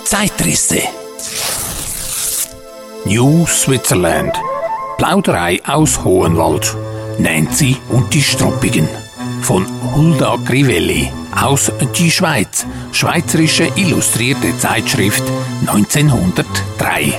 Zeitrisse. New Switzerland. Plauderei aus Hohenwald. Nancy und die Struppigen. Von Hulda Crivelli. Aus Die Schweiz. Schweizerische illustrierte Zeitschrift 1903.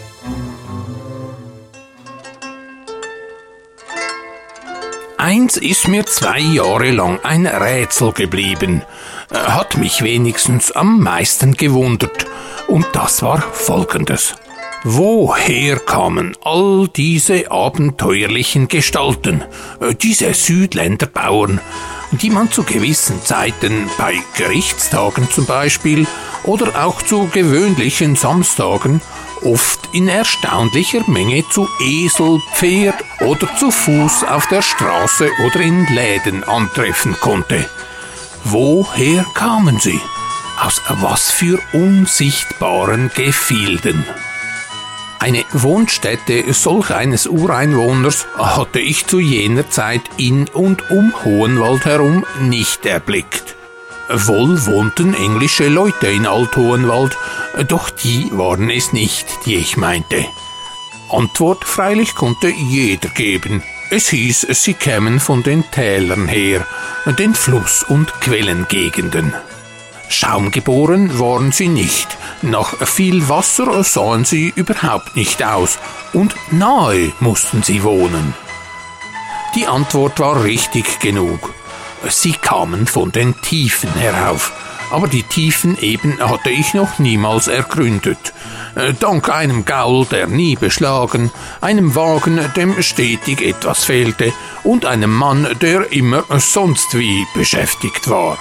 Eins ist mir 2 Jahre lang ein Rätsel geblieben. Hat mich wenigstens am meisten gewundert. Und das war Folgendes. Woher kamen all diese abenteuerlichen Gestalten, diese Südländerbauern, die man zu gewissen Zeiten bei Gerichtstagen zum Beispiel oder auch zu gewöhnlichen Samstagen oft in erstaunlicher Menge zu Esel, Pferd oder zu Fuß auf der Straße oder in Läden antreffen konnte? Woher kamen sie? Aus was für unsichtbaren Gefilden? Eine Wohnstätte solch eines Ureinwohners hatte ich zu jener Zeit in und um Hohenwald herum nicht erblickt. Wohl wohnten englische Leute in Alt-Hohenwald, doch die waren es nicht, die ich meinte. Antwort freilich konnte jeder geben. Es hieß, sie kämen von den Tälern her, den Fluss- und Quellengegenden. Schaumgeboren waren sie nicht, nach viel Wasser sahen sie überhaupt nicht aus und nahe mussten sie wohnen. Die Antwort war richtig genug. Sie kamen von den Tiefen herauf, aber die Tiefen eben hatte ich noch niemals ergründet. Dank einem Gaul, der nie beschlagen, einem Wagen, dem stetig etwas fehlte und einem Mann, der immer sonst wie beschäftigt war.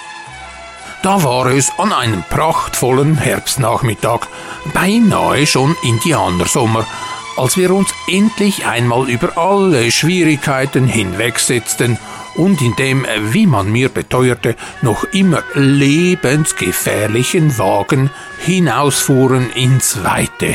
Da war es an einem prachtvollen Herbstnachmittag, beinahe schon Indianersommer, als wir uns endlich einmal über alle Schwierigkeiten hinwegsetzten und in dem, wie man mir beteuerte, noch immer lebensgefährlichen Wagen hinausfuhren ins Weite.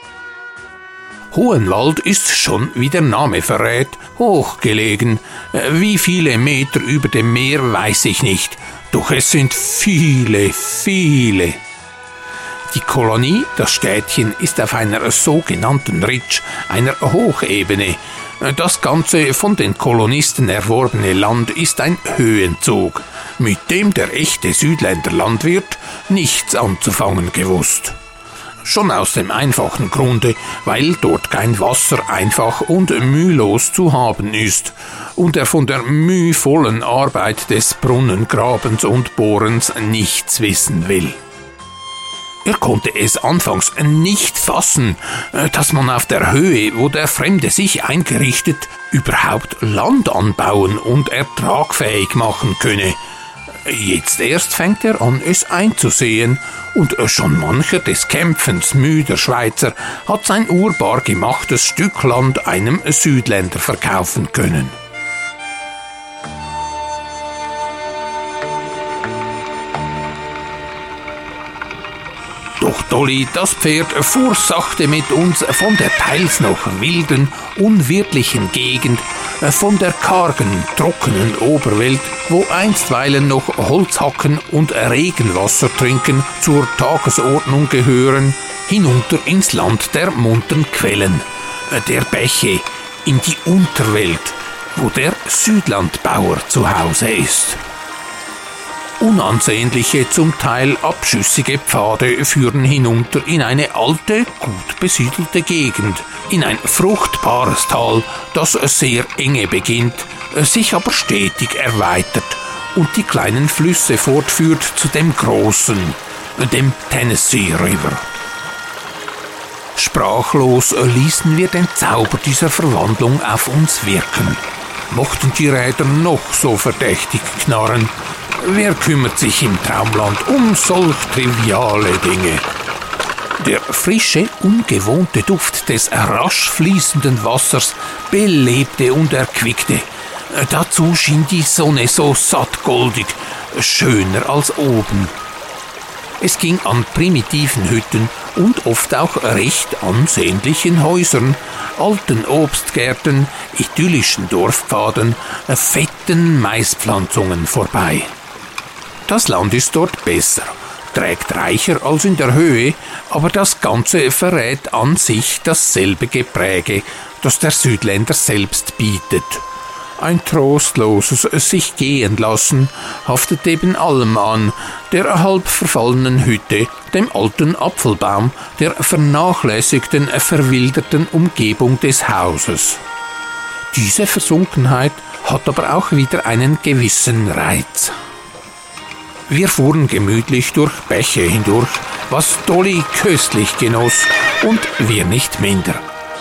Hohenwald ist schon, wie der Name verrät, hochgelegen. Wie viele Meter über dem Meer weiß ich nicht, doch es sind viele, viele. Die Kolonie, das Städtchen, ist auf einer sogenannten Ridge, einer Hochebene. Das ganze von den Kolonisten erworbene Land ist ein Höhenzug, mit dem der echte Südländer Landwirt nichts anzufangen gewusst. Schon aus dem einfachen Grunde, weil dort kein Wasser einfach und mühelos zu haben ist und er von der mühevollen Arbeit des Brunnengrabens und Bohrens nichts wissen will. Er konnte es anfangs nicht fassen, dass man auf der Höhe, wo der Fremde sich eingerichtet, überhaupt Land anbauen und ertragfähig machen könne. Jetzt erst fängt er an, es einzusehen, und schon mancher des Kämpfens müder Schweizer hat sein urbar gemachtes Stück Land einem Südländer verkaufen können. Doch Dolly, das Pferd, fuhr sachte mit uns von der teils noch wilden, unwirtlichen Gegend, von der kargen, trockenen Oberwelt, wo einstweilen noch Holzhacken und Regenwasser trinken zur Tagesordnung gehören, hinunter ins Land der munteren Quellen, der Bäche, in die Unterwelt, wo der Südlandbauer zu Hause ist. Unansehnliche, zum Teil abschüssige Pfade führen hinunter in eine alte, gut besiedelte Gegend, in ein fruchtbares Tal, das sehr enge beginnt, sich aber stetig erweitert und die kleinen Flüsse fortführt zu dem großen, dem Tennessee River. Sprachlos ließen wir den Zauber dieser Verwandlung auf uns wirken. Mochten die Räder noch so verdächtig knarren, wer kümmert sich im Traumland um solch triviale Dinge? Der frische, ungewohnte Duft des rasch fließenden Wassers belebte und erquickte. Dazu schien die Sonne so sattgoldig, schöner als oben. Es ging an primitiven Hütten und oft auch recht ansehnlichen Häusern, alten Obstgärten, idyllischen Dorfpfaden, fetten Maispflanzungen vorbei. Das Land ist dort besser, trägt reicher als in der Höhe, aber das Ganze verrät an sich dasselbe Gepräge, das der Südländer selbst bietet. Ein trostloses sich gehen lassen haftet eben allem an, der halb verfallenen Hütte, dem alten Apfelbaum, der vernachlässigten, verwilderten Umgebung des Hauses. Diese Versunkenheit hat aber auch wieder einen gewissen Reiz. Wir fuhren gemütlich durch Bäche hindurch, was Dolly köstlich genoss und wir nicht minder.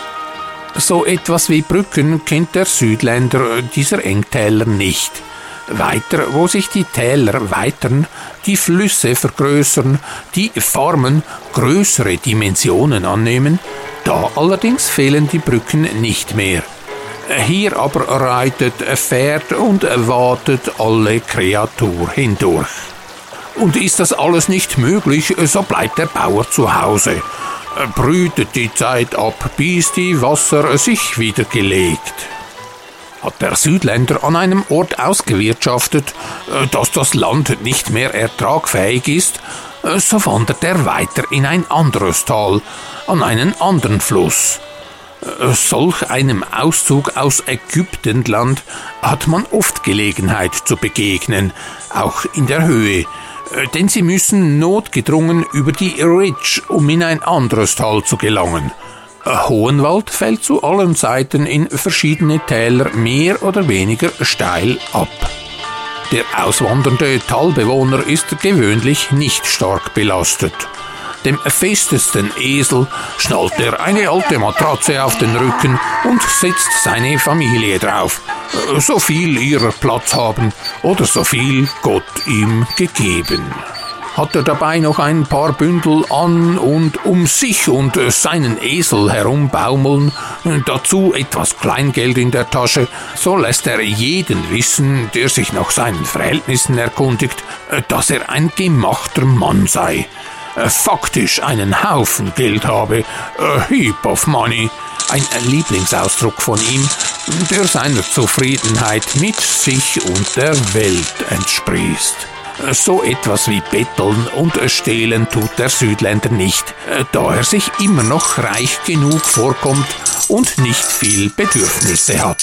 So etwas wie Brücken kennt der Südländer dieser Engtäler nicht. Weiter, wo sich die Täler weitern, die Flüsse vergrößern, die Formen größere Dimensionen annehmen, da allerdings fehlen die Brücken nicht mehr. Hier aber reitet, fährt und watet alle Kreatur hindurch. Und ist das alles nicht möglich, so bleibt der Bauer zu Hause, brütet die Zeit ab, bis die Wasser sich wieder gelegt. Hat der Südländer an einem Ort ausgewirtschaftet, dass das Land nicht mehr ertragfähig ist, so wandert er weiter in ein anderes Tal, an einen anderen Fluss. Solch einem Auszug aus Ägyptenland hat man oft Gelegenheit zu begegnen, auch in der Höhe, denn sie müssen notgedrungen über die Ridge, um in ein anderes Tal zu gelangen. Hohenwald fällt zu allen Seiten in verschiedene Täler mehr oder weniger steil ab. Der auswandernde Talbewohner ist gewöhnlich nicht stark belastet. Dem festesten Esel schnallt er eine alte Matratze auf den Rücken und setzt seine Familie drauf, so viel ihrer Platz haben oder so viel Gott ihm gegeben. Hat er dabei noch ein paar Bündel an und um sich und seinen Esel herumbaumeln, dazu etwas Kleingeld in der Tasche, so lässt er jeden wissen, der sich nach seinen Verhältnissen erkundigt, dass er ein gemachter Mann sei. Faktisch einen Haufen Geld habe, a heap of money, ein Lieblingsausdruck von ihm, der seiner Zufriedenheit mit sich und der Welt entsprießt. So etwas wie Betteln und Stehlen tut der Südländer nicht, da er sich immer noch reich genug vorkommt und nicht viel Bedürfnisse hat.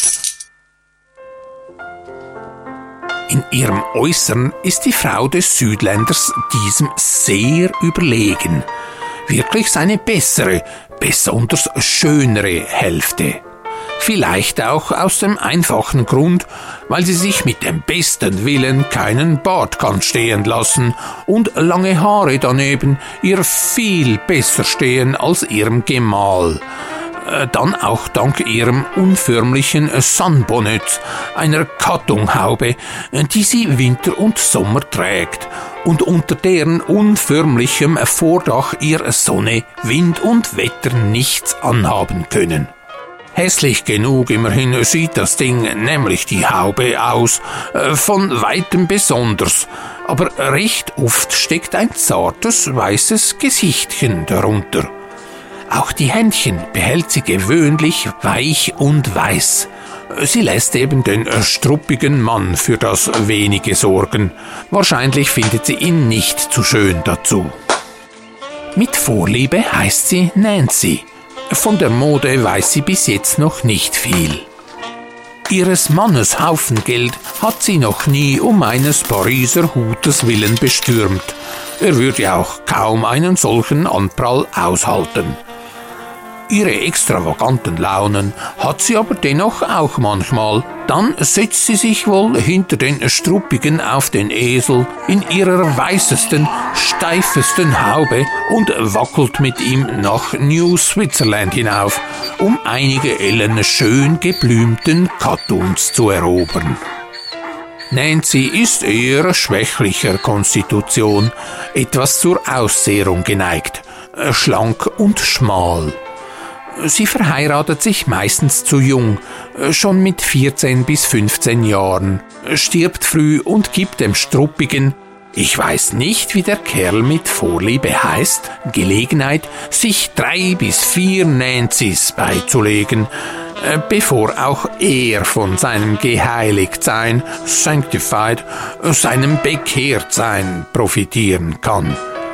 In ihrem Äußern ist die Frau des Südländers diesem sehr überlegen. Wirklich seine bessere, besonders schönere Hälfte. Vielleicht auch aus dem einfachen Grund, weil sie sich mit dem besten Willen keinen Bart kann stehen lassen und lange Haare daneben ihr viel besser stehen als ihrem Gemahl. Dann auch dank ihrem unförmlichen Sunbonnet, einer Kattunghaube, die sie Winter und Sommer trägt und unter deren unförmlichem Vordach ihr Sonne, Wind und Wetter nichts anhaben können. Hässlich genug immerhin sieht das Ding, nämlich die Haube, aus, von weitem besonders, aber recht oft steckt ein zartes, weißes Gesichtchen darunter. Auch die Händchen behält sie gewöhnlich weich und weiß. Sie lässt eben den struppigen Mann für das Wenige sorgen. Wahrscheinlich findet sie ihn nicht zu schön dazu. Mit Vorliebe heißt sie Nancy. Von der Mode weiß sie bis jetzt noch nicht viel. Ihres Mannes Haufengeld hat sie noch nie um eines Pariser Hutes willen bestürmt. Er würde auch kaum einen solchen Anprall aushalten. Ihre extravaganten Launen hat sie aber dennoch auch manchmal. Dann setzt sie sich wohl hinter den Struppigen auf den Esel in ihrer weißesten, steifesten Haube und wackelt mit ihm nach New Switzerland hinauf, um einige Ellen schön geblümten Kattuns zu erobern. Nancy ist eher schwächlicher Konstitution, etwas zur Aussehrung geneigt, schlank und schmal. Sie verheiratet sich meistens zu jung, schon mit 14 bis 15 Jahren, stirbt früh und gibt dem struppigen, ich weiß nicht, wie der Kerl mit Vorliebe heißt, Gelegenheit, sich 3 bis 4 Nancy's beizulegen, bevor auch er von seinem Geheiligtsein, sanctified, seinem Bekehrtsein profitieren kann.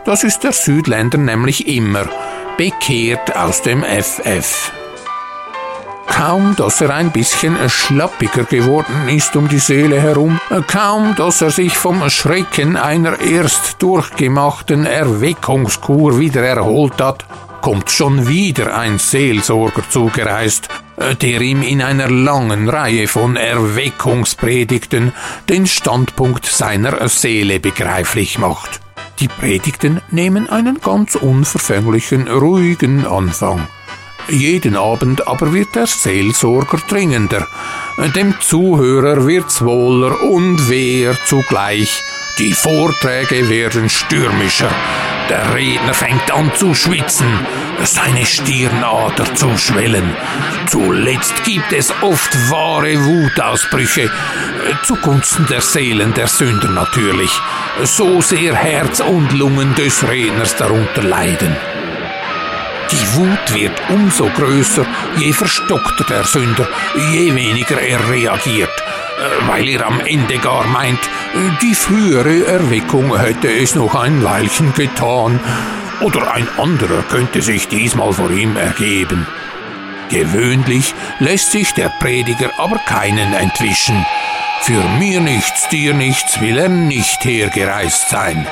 Das ist der Südländer nämlich immer, bekehrt aus dem FF. Kaum, dass er ein bisschen schlappiger geworden ist um die Seele herum, kaum, dass er sich vom Schrecken einer erst durchgemachten Erweckungskur wieder erholt hat, kommt schon wieder ein Seelsorger zugereist, der ihm in einer langen Reihe von Erweckungspredigten den Standpunkt seiner Seele begreiflich macht. Die Predigten nehmen einen ganz unverfänglichen, ruhigen Anfang. Jeden Abend aber wird der Seelsorger dringender, dem Zuhörer wird's wohler und weher zugleich. Die Vorträge werden stürmischer, der Redner fängt an zu schwitzen, seine Stirnader zu schwellen. Zuletzt gibt es oft wahre Wutausbrüche, zugunsten der Seelen der Sünder natürlich, so sehr Herz und Lungen des Redners darunter leiden. Die Wut wird umso größer, je verstockter der Sünder, je weniger er reagiert, weil er am Ende gar meint, die frühere Erweckung hätte es noch ein Weilchen getan, oder ein anderer könnte sich diesmal vor ihm ergeben. Gewöhnlich lässt sich der Prediger aber keinen entwischen. Für mir nichts, dir nichts will er nicht hergereist sein.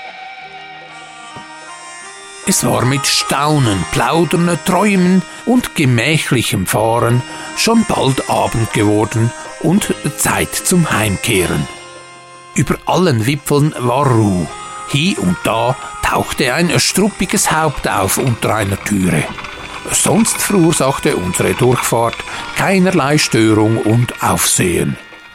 Es war mit Staunen, Plaudern, Träumen und gemächlichem Fahren schon bald Abend geworden und Zeit zum Heimkehren. Über allen Wipfeln war Ruhe. Hier und da tauchte ein struppiges Haupt auf unter einer Türe. Sonst verursachte unsere Durchfahrt keinerlei Störung und Aufsehen.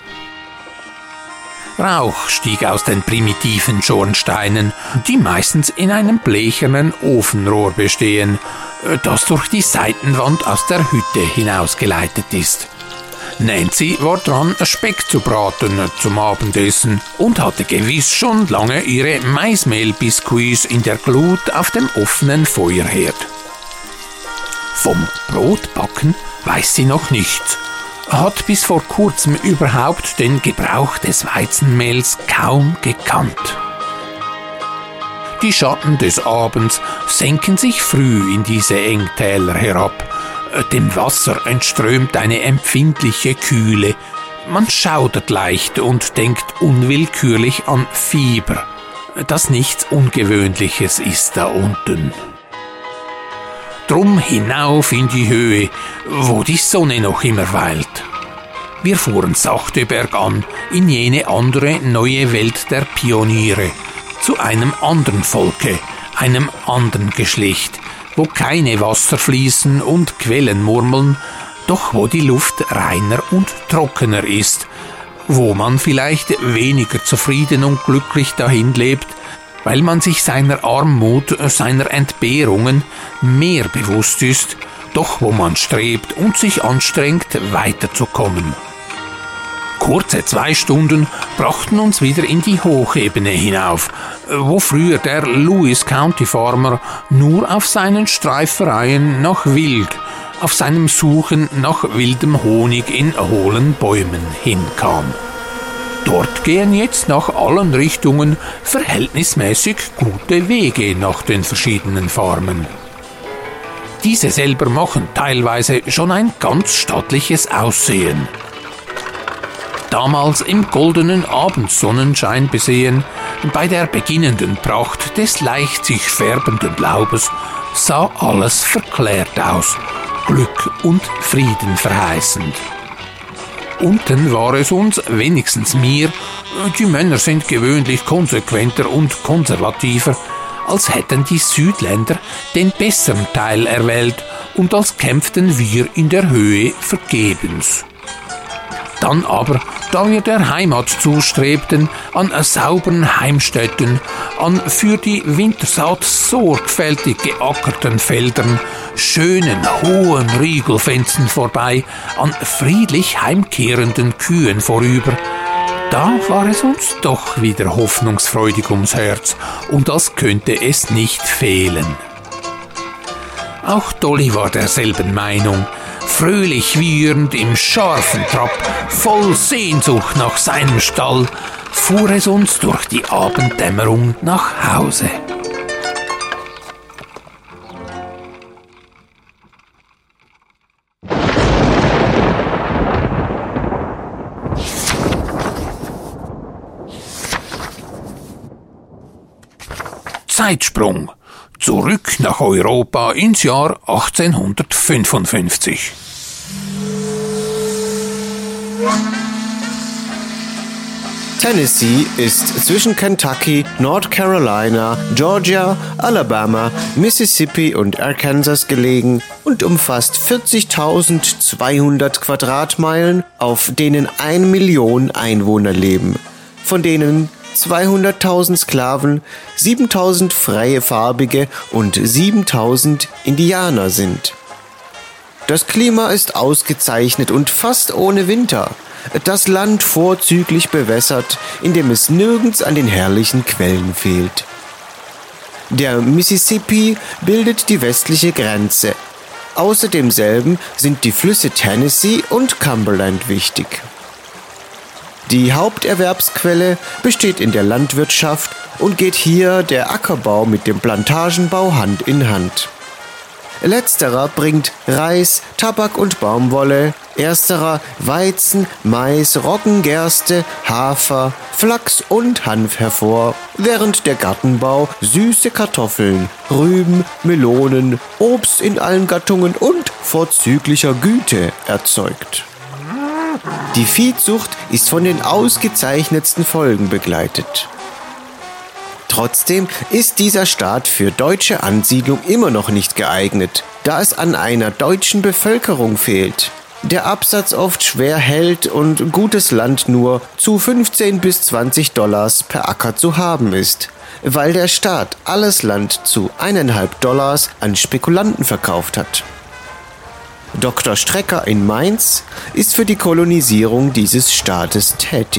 Rauch stieg aus den primitiven Schornsteinen, die meistens in einem blechernen Ofenrohr bestehen, das durch die Seitenwand aus der Hütte hinausgeleitet ist. Nancy war dran, Speck zu braten zum Abendessen und hatte gewiss schon lange ihre Maismehlbiskuits in der Glut auf dem offenen Feuerherd. Vom Brotbacken weiß sie noch nichts, hat bis vor kurzem überhaupt den Gebrauch des Weizenmehls kaum gekannt. Die Schatten des Abends senken sich früh in diese Engtäler herab. Dem Wasser entströmt eine empfindliche Kühle. Man schaudert leicht und denkt unwillkürlich an Fieber, das nichts Ungewöhnliches ist da unten. Drum hinauf in die Höhe, wo die Sonne noch immer weilt. Wir fuhren sachte bergan in jene andere neue Welt der Pioniere, zu einem anderen Volke, einem anderen Geschlecht, wo keine Wasser fließen und Quellen murmeln, doch wo die Luft reiner und trockener ist, wo man vielleicht weniger zufrieden und glücklich dahin lebt, weil man sich seiner Armut, seiner Entbehrungen mehr bewusst ist, doch wo man strebt und sich anstrengt, weiterzukommen. Kurze 2 Stunden brachten uns wieder in die Hochebene hinauf, wo früher der Lewis County Farmer nur auf seinen Streifereien nach Wild, auf seinem Suchen nach wildem Honig in hohlen Bäumen hinkam. Dort gehen jetzt nach allen Richtungen verhältnismäßig gute Wege nach den verschiedenen Farmen. Diese selber machen teilweise schon ein ganz stattliches Aussehen. Damals im goldenen Abendsonnenschein besehen, bei der beginnenden Pracht des leicht sich färbenden Laubes, sah alles verklärt aus, Glück und Frieden verheißend. Unten war es uns, wenigstens mir, die Männer sind gewöhnlich konsequenter und konservativer, als hätten die Südländer den besseren Teil erwählt und als kämpften wir in der Höhe vergebens. Dann aber, da wir der Heimat zustrebten, an sauberen Heimstätten, an für die Wintersaat sorgfältig geackerten Feldern, schönen, hohen Riegelfenstern vorbei, an friedlich heimkehrenden Kühen vorüber, da war es uns doch wieder hoffnungsfreudig ums Herz und als könnte es nicht fehlen. Auch Dolly war derselben Meinung, fröhlich wiehernd im scharfen Trab, voll Sehnsucht nach seinem Stall, fuhr es uns durch die Abenddämmerung nach Hause. Zeitsprung. Zurück nach Europa ins Jahr 1855. Tennessee ist zwischen Kentucky, North Carolina, Georgia, Alabama, Mississippi und Arkansas gelegen und umfasst 40.200 Quadratmeilen, auf denen 1 Million Einwohner leben, von denen 200.000 Sklaven, 7.000 freie Farbige und 7.000 Indianer sind. Das Klima ist ausgezeichnet und fast ohne Winter. Das Land vorzüglich bewässert, indem es nirgends an den herrlichen Quellen fehlt. Der Mississippi bildet die westliche Grenze. Außer demselben sind die Flüsse Tennessee und Cumberland wichtig. Die Haupterwerbsquelle besteht in der Landwirtschaft und geht hier der Ackerbau mit dem Plantagenbau Hand in Hand. Letzterer bringt Reis, Tabak und Baumwolle, ersterer Weizen, Mais, Roggen, Gerste, Hafer, Flachs und Hanf hervor, während der Gartenbau süße Kartoffeln, Rüben, Melonen, Obst in allen Gattungen und vorzüglicher Güte erzeugt. Die Viehzucht ist von den ausgezeichnetsten Folgen begleitet. Trotzdem ist dieser Staat für deutsche Ansiedlung immer noch nicht geeignet, da es an einer deutschen Bevölkerung fehlt. Der Absatz oft schwer hält und gutes Land nur zu 15 bis $20 per Acker zu haben ist, weil der Staat alles Land zu $1,50 an Spekulanten verkauft hat. Dr. Strecker in Mainz ist für die Kolonisierung dieses Staates tätig.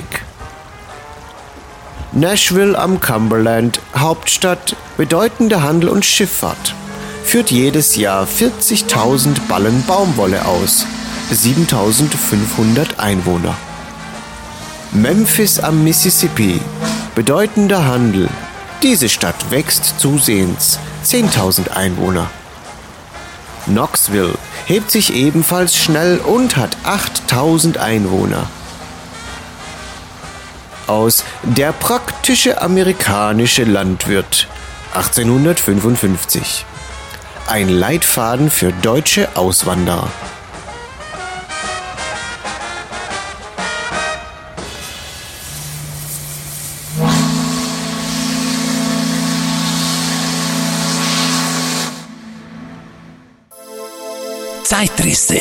Nashville am Cumberland, Hauptstadt, bedeutender Handel und Schifffahrt, führt jedes Jahr 40.000 Ballen Baumwolle aus, 7.500 Einwohner. Memphis am Mississippi, bedeutender Handel, diese Stadt wächst zusehends, 10.000 Einwohner. Knoxville hebt sich ebenfalls schnell und hat 8.000 Einwohner. Aus Der praktische amerikanische Landwirt 1855. Ein Leitfaden für deutsche Auswanderer. Zeitrisse.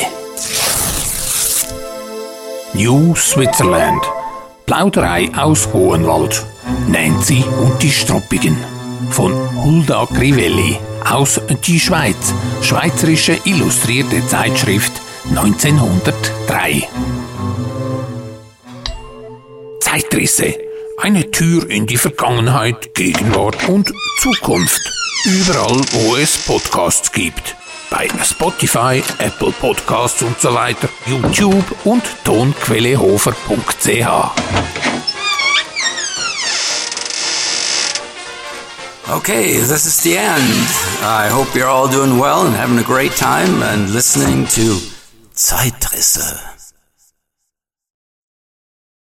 New Switzerland. Plauderei aus Hohenwald. Nancy und die Struppigen. Von Hulda Crivelli. Aus Die Schweiz. Schweizerische illustrierte Zeitschrift 1903. Zeitrisse. Eine Tür in die Vergangenheit, Gegenwart und Zukunft. Überall, wo es Podcasts gibt. Bei Spotify, Apple Podcasts und so weiter, YouTube und tonquellehofer.ch. Okay, this is the end. I hope you're all doing well and having a great time and listening to Zeitrisse.